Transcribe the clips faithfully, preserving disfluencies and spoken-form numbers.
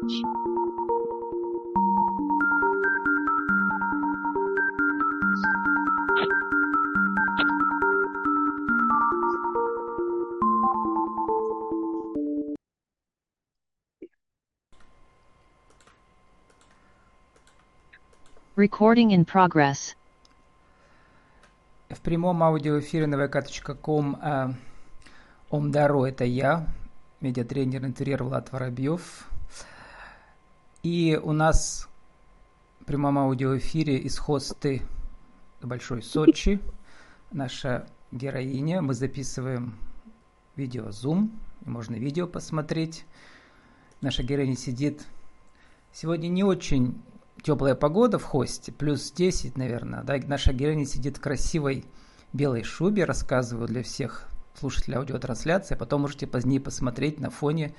Recording in progress. В прямом аудиоэфире на вэ ка точка ком э, Омдаро, это я, медиатренер интерьер Влад Воробьев. И у нас в прямом аудиоэфире из хосты Большой Сочи наша героиня. Мы записываем видео Zoom, можно видео посмотреть. Наша героиня сидит. Сегодня не очень теплая погода в хосте, плюс десять, наверное. Да? Наша героиня сидит в красивой белой шубе, рассказываю для всех слушателей аудиотрансляции. Потом можете позднее посмотреть на фоне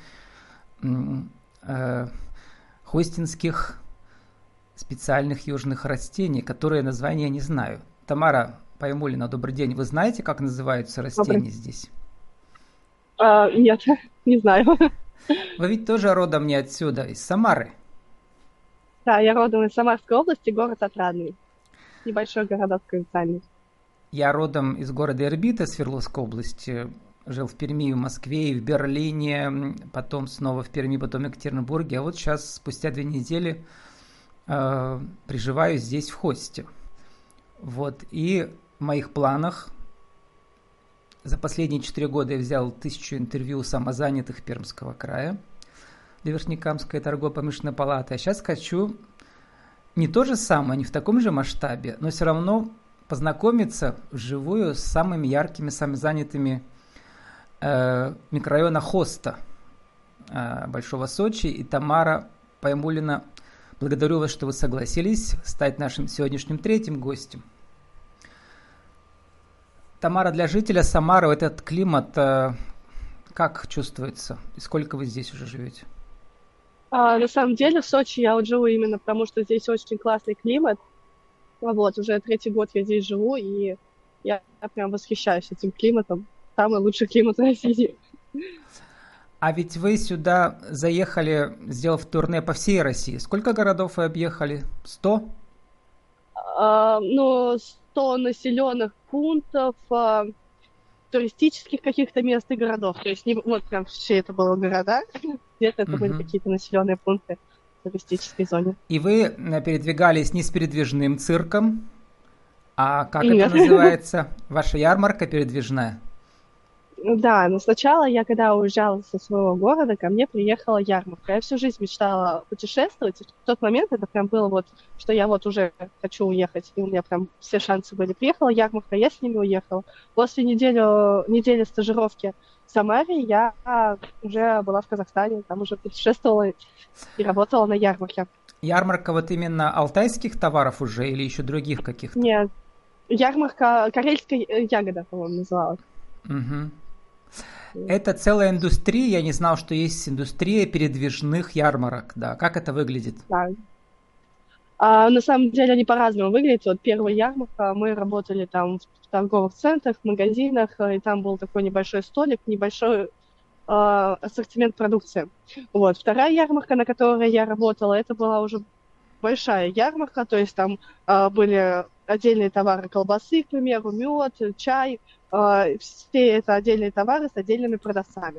э, хостинских специальных южных растений, которые названия я не знаю. Тамара Паймулина, добрый день. Вы знаете, как называются растения добрый. Здесь? А, нет, не знаю. Вы ведь тоже родом не отсюда, из Самары. Да, я родом из Самарской области, город Отрадный. Небольшой городок провинциальный. Я родом из города Ирбита, Свердловской области. Жил в Перми, в Москве и в Берлине, потом снова в Перми, потом в Екатеринбурге. А вот сейчас, спустя две недели, э, приживаюсь здесь, в хосте. Вот. И в моих планах за последние четыре года я взял тысячу интервью самозанятых Пермского края для Верхнекамской торгово-промышленной палаты. А сейчас хочу не то же самое, не в таком же масштабе, но все равно познакомиться вживую с самыми яркими, самозанятыми э, микрорайона Хоста э, Большого Сочи. И Тамара Паймулина, благодарю вас, что вы согласились стать нашим сегодняшним третьим гостем. Тамара, для жителя Самары этот климат э, как чувствуется? И сколько вы здесь уже живете? А, на самом деле в Сочи я вот живу именно потому, что здесь очень классный климат. Вот, уже третий год я здесь живу, и я, я прям восхищаюсь этим климатом. Самый лучший климат в России. А ведь вы сюда заехали, сделав турне по всей России. Сколько городов вы объехали? Сто? А, ну, сто населенных пунктов, а, туристических каких-то мест и городов. То есть не вот прям все это было города, где-то это uh-huh. были какие-то населенные пункты в туристической зоне. И вы передвигались не с передвижным цирком, а как Нет. это называется? Ваша ярмарка передвижная? Да, но сначала я, когда уезжала со своего города, ко мне приехала ярмарка. Я всю жизнь мечтала путешествовать, и в тот момент это прям было вот, что я вот уже хочу уехать, и у меня прям все шансы были. Приехала ярмарка, я с ними уехала. После недели, недели стажировки в Самаре я уже была в Казахстане, там уже путешествовала и работала на ярмарке. Ярмарка вот именно алтайских товаров уже или еще других каких-то? Нет, ярмарка карельская ягода, по-моему, называлась. Угу. Это целая индустрия, я не знал, что есть индустрия передвижных ярмарок, да. Как это выглядит? Да. А, на самом деле они по-разному выглядят. Вот первая ярмарка, мы работали там в торговых центрах, в магазинах, и там был такой небольшой столик, небольшой э, ассортимент продукции. Вот. Вторая ярмарка, на которой я работала, это была уже большая ярмарка, то есть там э, были отдельные товары колбасы, к примеру, мед, чай, э, все это отдельные товары с отдельными продавцами.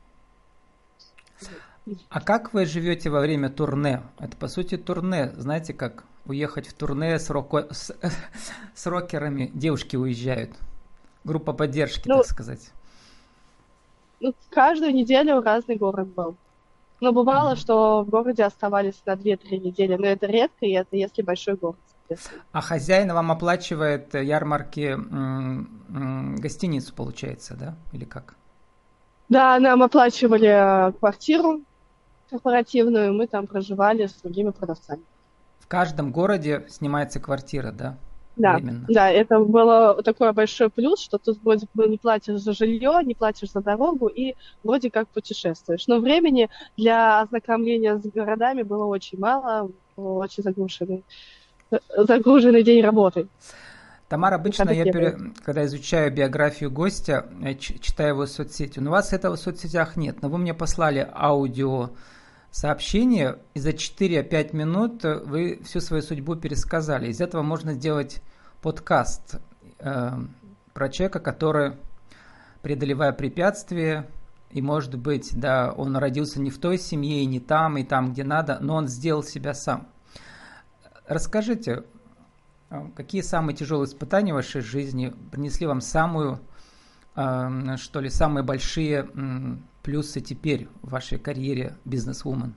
А как вы живете во время турне? Это, по сути, турне. Знаете, как уехать в турне с, роко... с... с рокерами? Девушки уезжают. Группа поддержки, ну, так сказать. Ну, каждую неделю разный город был. Но бывало, mm-hmm. что в городе оставались на две-три недели. Но это редко, и это если большой город. А хозяин вам оплачивает ярмарки м- м- гостиницу, получается, да? Или как? Да, нам оплачивали квартиру корпоративную, мы там проживали с другими продавцами. В каждом городе снимается квартира, да? Да, Временно. Да, это было такой большой плюс, что тут вроде бы не платишь за жилье, не платишь за дорогу и вроде как путешествуешь. Но времени для ознакомления с городами было очень мало, было очень загруженный, загруженный день работы. Тамара, обычно я, пере... когда изучаю биографию гостя, я читаю его в соцсети. Но у вас этого в соцсетях нет. Но вы мне послали аудио сообщение, и за четыре-пять минут вы всю свою судьбу пересказали. Из этого можно сделать подкаст э, про человека, который, преодолевая препятствия, и, может быть, да, он родился не в той семье, и не там, и там, где надо, но он сделал себя сам. Расскажите, какие самые тяжелые испытания в вашей жизни принесли вам самую, э, что ли, самые большие э, плюсы теперь в вашей карьере бизнес-вумен?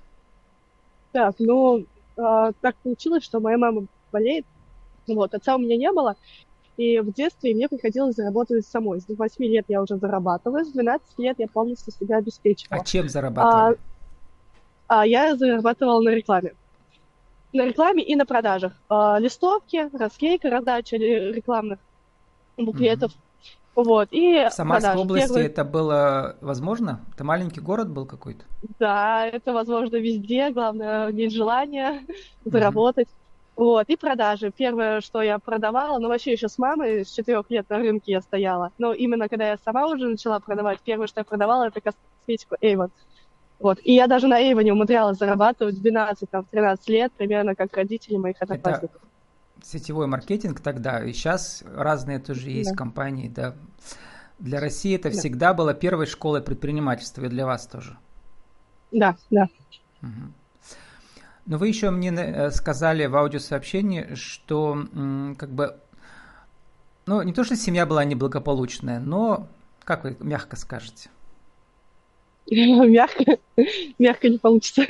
Так, ну, а, так получилось, что моя мама болеет, вот, отца у меня не было, и в детстве мне приходилось зарабатывать самой. С восьми лет я уже зарабатываю, с двенадцати лет я полностью себя обеспечивала. А чем зарабатывали? А, а я зарабатывала на рекламе. На рекламе и на продажах. А, листовки, расклейка, раздача рекламных буклетов. Mm-hmm. Вот, и в Самарской продажи. области Первый... это было возможно? Это маленький город был какой-то? Да, это возможно везде. Главное, иметь желание mm-hmm. заработать. Вот, и продажи. Первое, что я продавала, ну, вообще еще с мамой, с четырех лет на рынке я стояла. Но именно когда я сама уже начала продавать, первое, что я продавала, это косметику Avon. Вот, и я даже на Avon умудрялась зарабатывать в двенадцать-тринадцать лет, примерно как родители моих одноклассников. Это сетевой маркетинг тогда, и сейчас разные тоже есть да. компании, да. Для России это да. всегда было первой школой предпринимательства, и для вас тоже. Да, да. Угу. Но вы еще мне сказали в аудиосообщении, что м, как бы, ну, не то, что семья была неблагополучная, но, как вы мягко скажете? Мягко? Мягко не получится.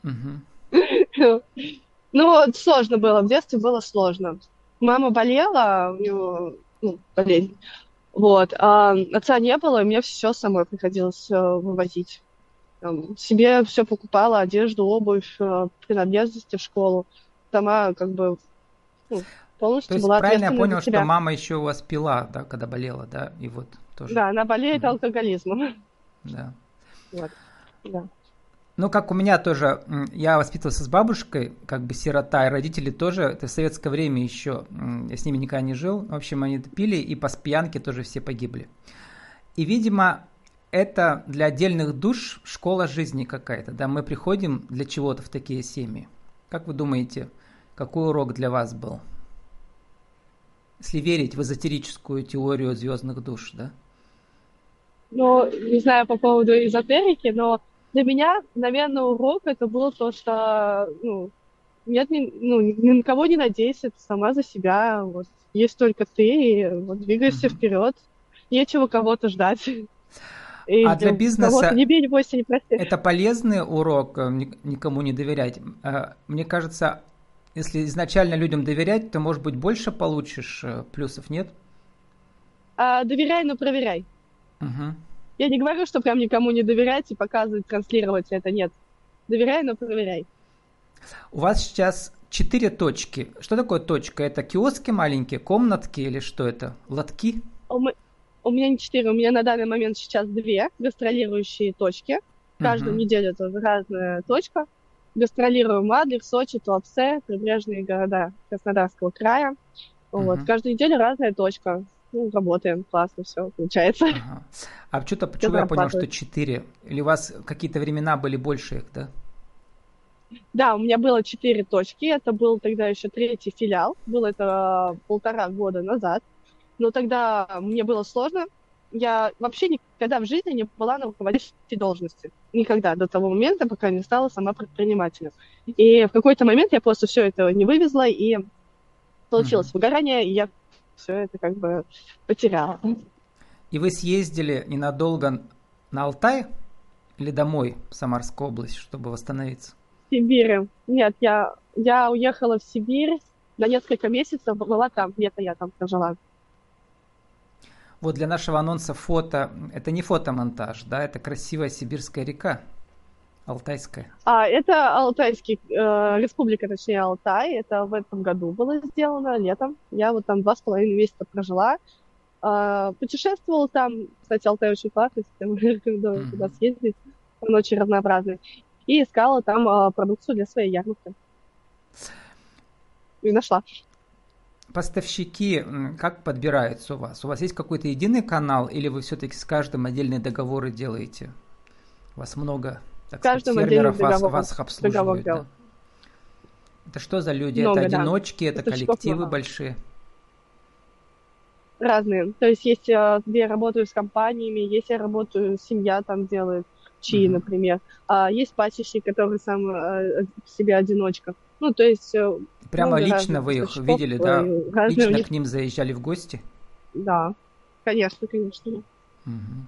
Угу. Ну, сложно было, в детстве было сложно. Мама болела, у нее, ну, болезнь, вот, а отца не было, и мне все самой приходилось вывозить. Там, себе все покупала, одежду, обувь, принадлежности в школу. Сама как бы ну, полностью То есть была правильно я ответственна понял, за себя. что мама еще у вас пила, да, когда болела, да, и вот тоже. Да, она болеет угу. алкоголизмом. Да. Вот, да. Ну, как у меня тоже, я воспитывался с бабушкой, как бы сирота, и родители тоже, это в советское время еще, я с ними никогда не жил, в общем, они пили, и по пьянке тоже все погибли. И, видимо, это для отдельных душ школа жизни какая-то, да, мы приходим для чего-то в такие семьи. Как вы думаете, какой урок для вас был? Если верить в эзотерическую теорию звездных душ, да? Ну, не знаю по поводу эзотерики, но для меня, наверное, урок это было то, что, ну, нет, ни, ну, ни на кого не надейся, ты сама за себя, вот, есть только ты, и вот, двигайся mm-hmm. вперед, нечего кого-то ждать. И а для бизнеса не бей, не бойся, не прости. Это полезный урок, никому не доверять. Мне кажется, если изначально людям доверять, то, может быть, больше получишь плюсов, нет? А, доверяй, но проверяй. Угу. Я не говорю, что прям никому не доверять и показывать, транслировать это, нет. Доверяй, но проверяй. У вас сейчас четыре точки. Что такое точка? Это киоски маленькие, комнатки или что это? Лотки? У меня не четыре, у меня на данный момент сейчас две гастролирующие точки. Каждую uh-huh. неделю тоже разная точка. Гастролируем в Адлер, Сочи, Туапсе, прибрежные города Краснодарского края. Uh-huh. Вот. Каждую неделю разная точка. Ну, работаем, классно, все получается. Uh-huh. А что-то почему я понял, что четыре? Или у вас какие-то времена были больше их, да? Да, у меня было четыре точки. Это был тогда еще третий филиал. Было это полтора года назад. Но тогда мне было сложно. Я вообще никогда в жизни не была на руководящей должности. Никогда до того момента, пока не стала сама предпринимателем. И в какой-то момент я просто все это не вывезла, и получилось mm-hmm. выгорание, и я все это как бы потеряла. И вы съездили ненадолго на Алтай или домой в Самарскую область, чтобы восстановиться? В Сибири. Нет, я, я уехала в Сибирь на несколько месяцев, была там, где-то я там прожила. Вот для нашего анонса фото, это не фотомонтаж, да, это красивая сибирская река, Алтайская. А, это Алтайский, э, республика, точнее, Алтай, это в этом году было сделано, летом. Я вот там два с половиной месяца прожила, э, путешествовала там, кстати, Алтай очень классный, всем рекомендую mm-hmm. туда съездить, он очень разнообразный, и искала там э, продукцию для своей ярмарки. И нашла. Поставщики как подбираются у вас? У вас есть какой-то единый канал или вы все-таки с каждым отдельные договоры делаете? У вас много так В сказать, каждом отдельный фермеров вас, договор, вас договор обслуживают, да? делал. Это что за люди? Это Много, да. одиночки, это Поставщиков коллективы много. большие? Разные. То есть есть, э, где я работаю с компаниями, есть я работаю, семья там делает, чаи, Мгм. например. А есть пасечник, который сам э, по себе одиночка. Ну, то есть э, Прямо много лично разных вы их поставщиков, видели, да? э, разные у Лично них, к ним заезжали в гости? да, конечно, конечно. Мгм.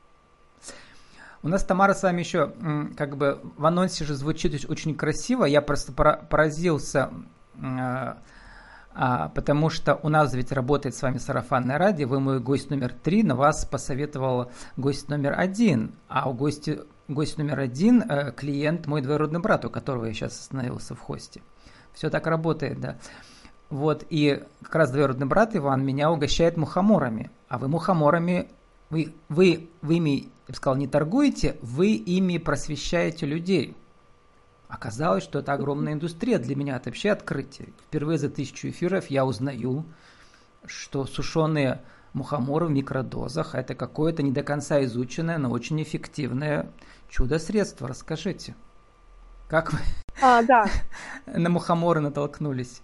У нас, Тамара, с вами еще, м, как бы в анонсе же звучит оч- очень красиво. Я просто пора- поразился, м, а, а, потому что у нас ведь работает с вами сарафанное радио. Вы мой гость номер три, но вас посоветовал гость номер один. А у гости, гость номер один э, клиент мой двоюродный брат, у которого я сейчас остановился в хосте. Все так работает, да. Вот, и как раз двоюродный брат Иван меня угощает мухоморами. А вы мухоморами, вы, вы, вы ими, я бы сказал, не торгуете, вы ими просвещаете людей. Оказалось, что это огромная индустрия. Для меня это вообще открытие. Впервые за тысячу эфиров я узнаю, что сушеные мухоморы в микродозах – это какое-то не до конца изученное, но очень эффективное чудо-средство. Расскажите, как вы А, да. на мухоморы натолкнулись?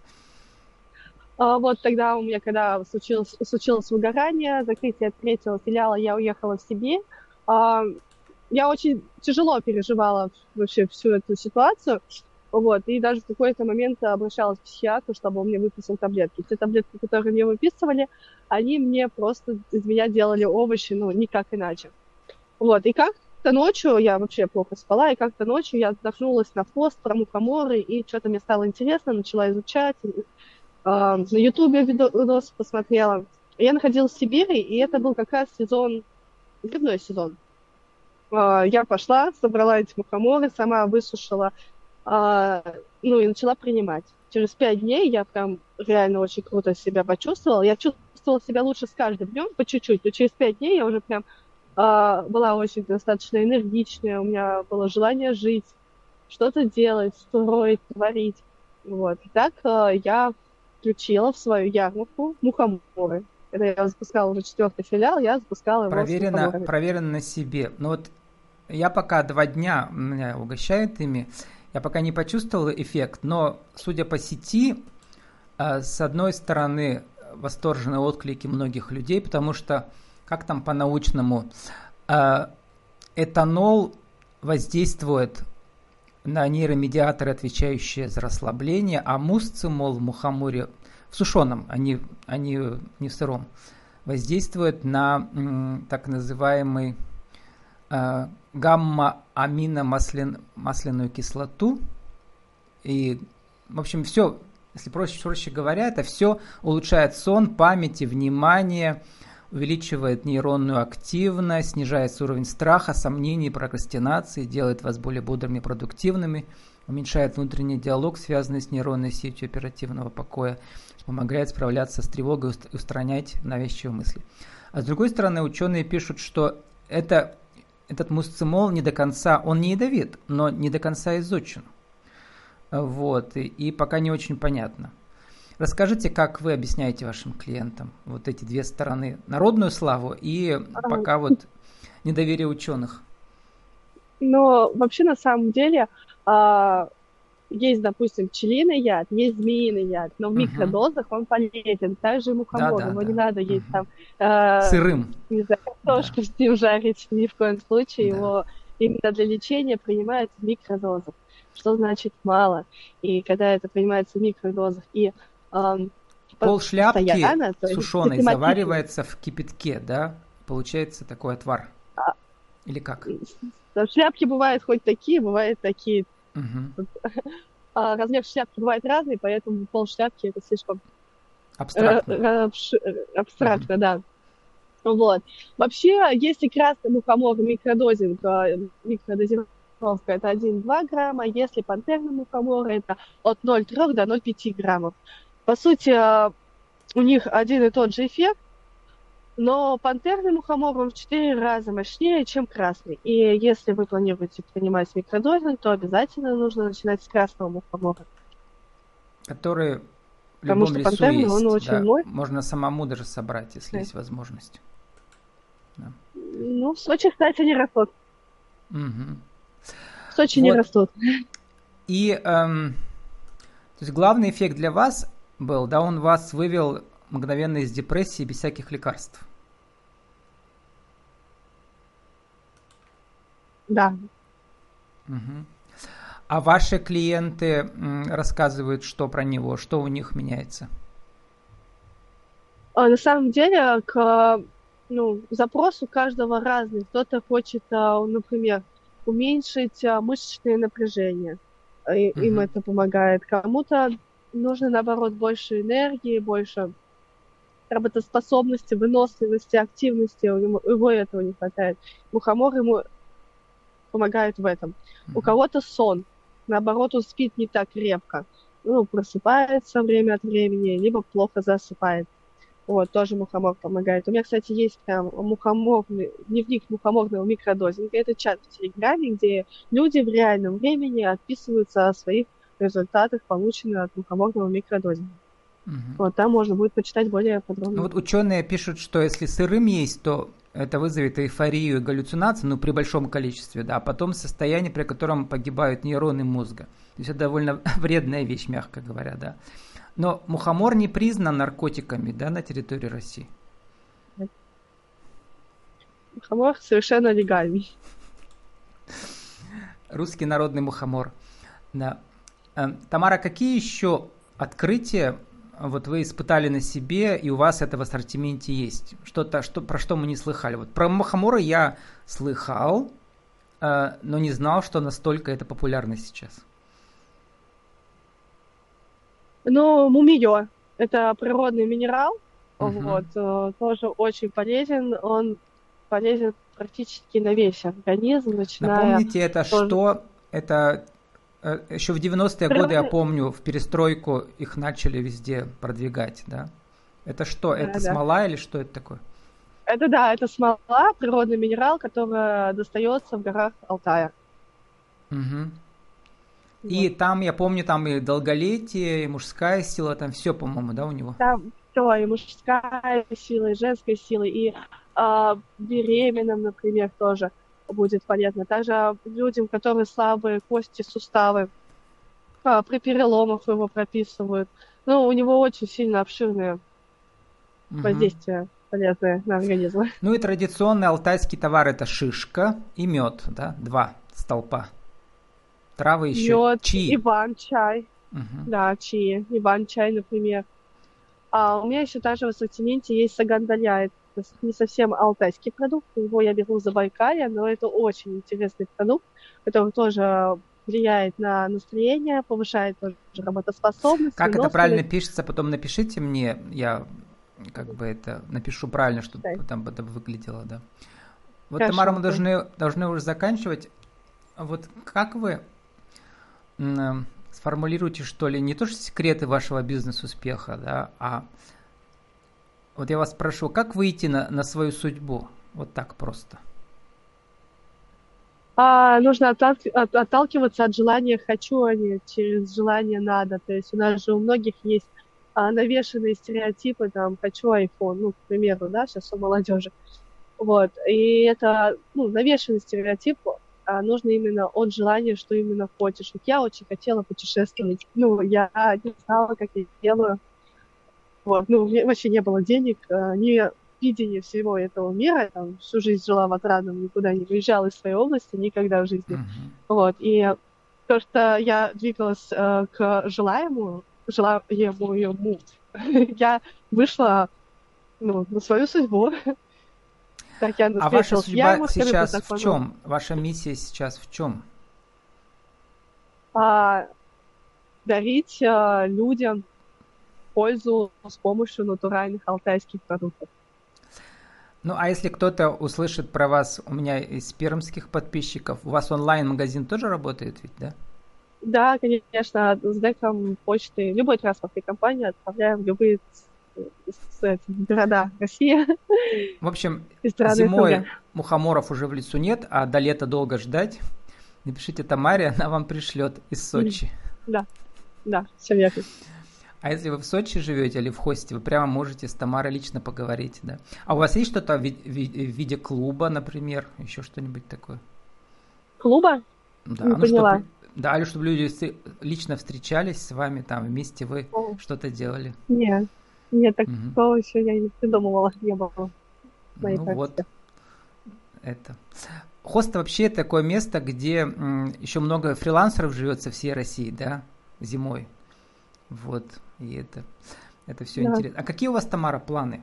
А, вот тогда у меня, когда случилось, случилось выгорание, закрытие третьего филиала, я уехала в Сибирь. А, я очень тяжело переживала вообще всю эту ситуацию. Вот, и даже в какой-то момент обращалась к психиатру, чтобы он мне выписал таблетки. Те таблетки, которые мне выписывали, они мне просто из меня делали овощи, ну, никак иначе. Вот, и как-то ночью, я вообще плохо спала, и как-то ночью я наткнулась на пост про мухоморы, и что-то мне стало интересно, начала изучать, а, на Ютубе видос посмотрела. Я находилась в Сибири, и это был как раз сезон, грибной сезон. А, Я пошла, собрала эти мухоморы, сама высушила, а, ну и начала принимать. Через пять дней я прям реально очень круто себя почувствовала. Я чувствовала себя лучше с каждым днем, по чуть-чуть, но через пять дней я уже прям а, была очень достаточно энергичная, у меня было желание жить, что-то делать, строить, творить. Вот. И так а, я включила в свою ярмарку мухоморы. Когда я запускала уже четвертый филиал, я запускала его с Проверено, мухоморами. проверено на себе. Но вот я пока два дня меня угощают ими, я пока не почувствовал эффект, но судя по сети, э, с одной стороны, восторженные отклики многих людей, потому что, как там по-научному, э, этанол воздействует на нейромедиаторы, отвечающие за расслабление, а мусцимол в мухоморе, в сушеном, а не, а не, не в сыром, воздействует на м, так называемый э, гамма-аминомасляную кислоту. И, в общем, все, если проще, проще говоря, это все улучшает сон, память и внимание, увеличивает нейронную активность, снижает уровень страха, сомнений, прокрастинации, делает вас более бодрыми и продуктивными, уменьшает внутренний диалог, связанный с нейронной сетью оперативного покоя, помогает справляться с тревогой и устранять навязчивые мысли. А с другой стороны, ученые пишут, что это, этот мусцимол не до конца, он не ядовит, но не до конца изучен. Вот, и, и пока не очень понятно. Расскажите, как вы объясняете вашим клиентам вот эти две стороны, народную славу и пока вот недоверие ученых? Но вообще на самом деле а, есть, допустим, пчелиный яд, есть змеиный яд, но в Угу. микродозах он полезен. Также Да, мухомор, да, его да. не надо есть Угу. там, э, Сырым. не знаю, картошку Да. с ним жарить, ни в коем случае. Да. Его именно для лечения принимают в микродозах. Что значит мало? И когда это принимается в микродозах и эм, Пол шляпки постоянно, то есть сушеной систематично. заваривается в кипятке, да? Получается такой отвар. А, Или как? Шляпки бывают хоть такие, бывают такие. Угу. А, размер шляпки бывает разный, поэтому пол шляпки это слишком Абстрактно. р- р- абстрактно, угу. Да. Вот. Вообще, если красный мухомор микродозинг, микродозировка это один-два грамма, если пантерный мухомор это от ноль целых трёх до ноль целых пяти граммов. По сути, у них один и тот же эффект, но пантерный мухомор он в четыре раза мощнее, чем красный. И если вы планируете принимать микродозинг, то обязательно нужно начинать с красного мухомора. Который в Потому любом что лесу пантерный, есть. он очень Да. мощный. Можно самому даже собрать, если Да. есть возможность. Да. Ну, в Сочи, кстати, не растут. Угу. В Сочи не Вот. растут. И эм, то есть главный эффект для вас был, да, он вас вывел мгновенно из депрессии без всяких лекарств. Да. Мгм. А ваши клиенты м, рассказывают, что про него, что у них меняется? А на самом деле, к ну, запрос у каждого разный. Кто-то хочет, а, например, уменьшить а, мышечное напряжение. А, и- Им Мгм. это помогает. Кому-то нужно, наоборот, больше энергии, больше работоспособности, выносливости, активности. У него, его этого не хватает. Мухомор ему помогает в этом. У Мгм. кого-то сон. Наоборот, он спит не так крепко. Ну, просыпается время от времени, либо плохо засыпает. Вот, тоже мухомор помогает. У меня, кстати, есть прям мухоморный, дневник мухоморного микродозинга. Это чат в Телеграме, где люди в реальном времени отписываются о своих результатах, полученных от мухоморного микродозинга. Мгм. Вот, там можно будет почитать более Ну подробно. вот ученые пишут, что если сырым есть, то это вызовет эйфорию и галлюцинации, ну, при большом количестве, да, а потом состояние, при котором погибают нейроны мозга. То есть это довольно вредная вещь, мягко говоря, да. Но мухомор не признан наркотиками, да, на территории России. Мухомор совершенно легальный. Русский народный мухомор. Да. Э, Тамара, какие еще открытия вот вы испытали на себе, и у вас это в ассортименте есть? Что-то, что, про что мы не слыхали. Вот про мухоморы я слыхал, э, но не знал, что настолько это популярно сейчас. Ну, мумиё– это природный минерал, вот, Мгм. э, тоже очень полезен. Он полезен практически на весь организм, начиная Напомните, это тоже что? Это э, еще в девяностые годы, я природный, помню, в перестройку их начали везде продвигать, да? Это что? Это да, да. смола или что это такое? Это да, это смола, природный минерал, который достается в горах Алтая. Мгм. И Вот. там, я помню, там и долголетие, и мужская сила, там все, по-моему, да, у него? Там все, и мужская сила, и женская сила, и а, беременным, например, тоже будет полезно. Также людям, которые слабые кости, суставы, а, при переломах его прописывают. Ну, у него очень сильно обширное Мгм. воздействие полезное на организм. Ну и традиционный алтайский товар это шишка и мед, да, два столпа. Травы еще Мед, чи. иван-чай, Мгм. да, чаи, иван-чай, например. А у меня еще также в ассортименте есть сагандаля. Это не совсем алтайский продукт, его я беру за Байкалье, но это очень интересный продукт, который тоже влияет на настроение, повышает тоже работоспособность, Как это правильно выносливость. пишется, потом напишите мне, я как бы это напишу правильно, чтобы Да, там это выглядело, да. Вот, Тамара, хорошо, мы окей. должны, должны уже заканчивать. Вот как вы м, сформулируете, что ли, не то что секреты вашего бизнес-успеха, да, а вот я вас прошу, как выйти на, на свою судьбу? Вот так просто. А, нужно отталки- от- отталкиваться от желания «хочу», а не через желание «надо». То есть у нас же у многих есть а, навешенные стереотипы, там «хочу iPhone», ну, к примеру, да, сейчас у молодежи. Вот. И это, ну, навешенный стереотип, а нужно именно от желания, что именно хочешь. Вот я очень хотела путешествовать. Ну, я не знала, как я делаю. Вот. Ну, у меня вообще не было денег, а, ни видения всего этого мира. Там, всю жизнь жила в Отрадном, никуда не выезжала из своей области, никогда в жизни. Мгм. Вот. И то, что я двигалась э, к желаемому, желаемому ему, я вышла, ну, на свою судьбу. Так я А ваша встретилась с судьба ярмарками, сейчас в познакомилась. чем? Ваша миссия сейчас в чем? А, дарить а, людям пользу с помощью натуральных алтайских продуктов. Ну, а если кто-то услышит про вас, у меня из пермских подписчиков, у вас онлайн-магазин тоже работает ведь, да? Да, конечно, с деком почты любой транспортной компании отправляем в любые с- с- города России В общем, и страны СНГ. зимой мухоморов уже в лесу нет, а до лета долго ждать. Напишите Тамаре, она вам пришлет из Мгм. Сочи. Да, да, все верно. А если вы в Сочи живете или в Хосте, вы прямо можете с Тамарой лично поговорить, да? А у вас есть что-то в ви- ви- в виде клуба, например, еще что-нибудь такое? Клуба? Да, Не ну поняла. чтобы, да, или чтобы люди с- лично встречались с вами, там вместе вы О, что-то делали. нет, нет, Мгм. такого еще я не придумывала, не было в моей Ну вот, практике. это. Хост вообще такое место, где еще много фрилансеров живет со всей России, да, зимой. Вот, и это, это все Да. интересно. А какие у вас, Тамара, планы?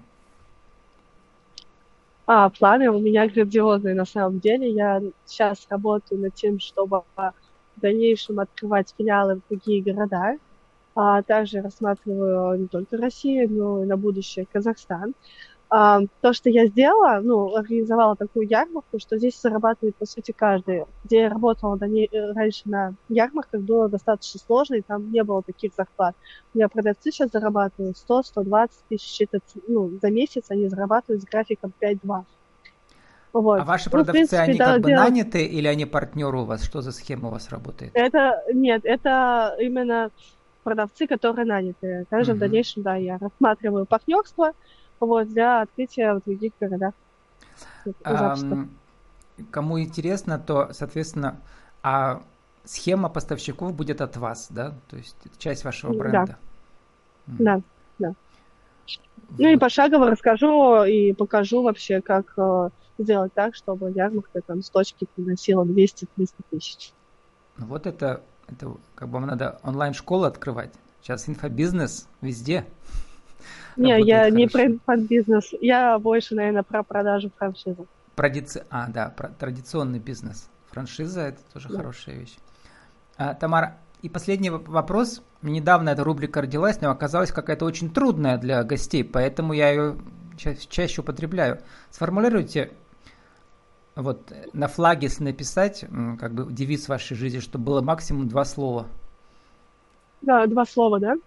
А, планы у меня грандиозные на самом деле. Я сейчас работаю над тем, чтобы в дальнейшем открывать филиалы в другие города. А также рассматриваю не только Россию, но и на будущее Казахстан. А, то, что я сделала, ну, организовала такую ярмарку, что здесь зарабатывает, по сути, каждый. Где я работала до ней, э, раньше на ярмарках, было достаточно сложно, и там не было таких зарплат. У меня продавцы сейчас зарабатывают сто сто двадцать тысяч, это, ну, за месяц они зарабатывают с графиком пять-два. А Вот. ваши Ну, в продавцы, принципе, они да, как бы делать наняты или они партнеры у вас? Что за схема у вас работает? это, нет, это именно продавцы, которые наняты. Также в Мгм. дальнейшем, да, я рассматриваю партнерство вот, для открытия в других городах. Вот, запросто. Ам, Кому интересно, то, соответственно, а схема поставщиков будет от вас, да? То есть это часть вашего Да, бренда. Мгм. да, да. Ну и Вот. пошагово расскажу и покажу вообще, как э, сделать так, чтобы ярмарка там с точки приносила двести-триста тысяч. Ну вот это, это как бы вам надо онлайн-школу открывать. Сейчас инфобизнес везде Не, работает я не про хорошо. инфобизнес, я больше, наверное, про продажу франшизы. Продици... А, да, про- традиционный бизнес. Франшиза – это тоже Да. хорошая вещь. А, Тамара, и последний воп- вопрос. Недавно эта рубрика родилась, но оказалась какая-то очень трудная для гостей, поэтому я ее ча- чаще употребляю. Сформулируйте вот э, на флаге с- написать м, как бы девиз вашей жизни, чтобы было максимум два слова. Да, два слова, да?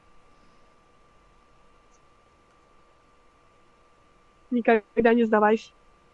Никогда не сдавайся.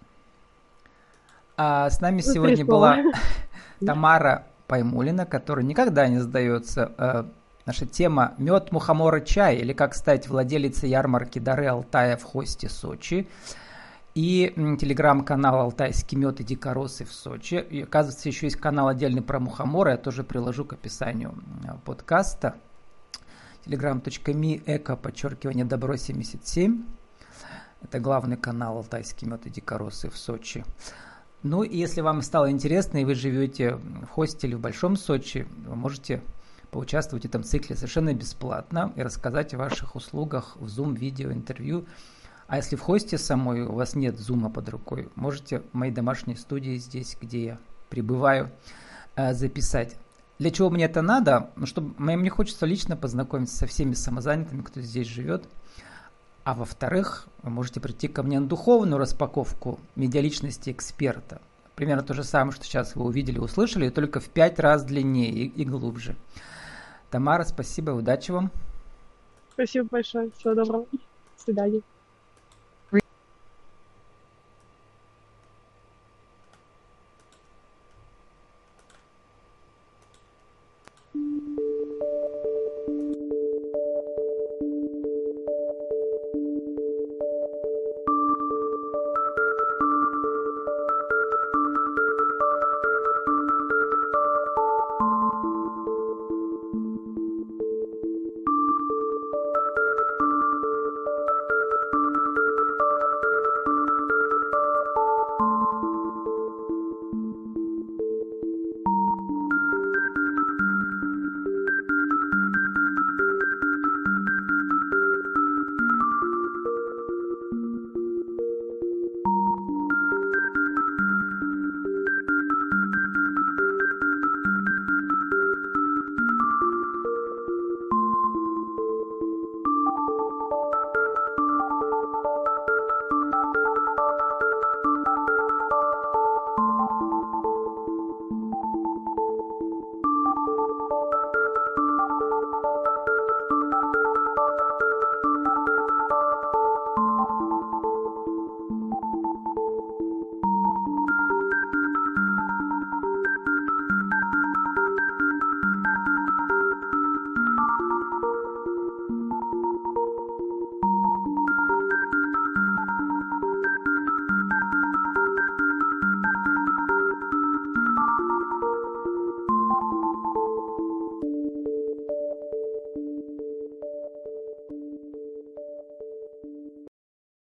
А с нами Ну, три сегодня слова. была Тамара Паймулина, которая никогда не сдается. Э, Наша тема «Мед, мухомор и чай» или «Как стать владелицей ярмарки Дары Алтая в Хосте, Сочи». И м, телеграм-канал «Алтайский мед и дикоросы» в Сочи. И, оказывается, еще есть канал отдельный про мухоморы. Я тоже приложу к описанию м, подкаста. telegram.me эко, подчеркивание, добро семьдесят семь. Это главный канал «Алтайский мед и дикоросы» в Сочи. Ну и если вам стало интересно, и вы живете в хостеле в Большом Сочи, вы можете поучаствовать в этом цикле совершенно бесплатно и рассказать о ваших услугах в Zoom, видео, интервью. А если в хосте самой у вас нет зума под рукой, можете в моей домашней студии здесь, где я пребываю, записать. Для чего мне это надо? Ну, чтобы мне хочется лично познакомиться со всеми самозанятыми, кто здесь живет. А во-вторых, вы можете прийти ко мне на духовную распаковку медиаличности эксперта. Примерно то же самое, что сейчас вы увидели, услышали, только в пять раз длиннее и, и глубже. Тамара, спасибо, удачи вам. Спасибо большое. Всего доброго. До свидания.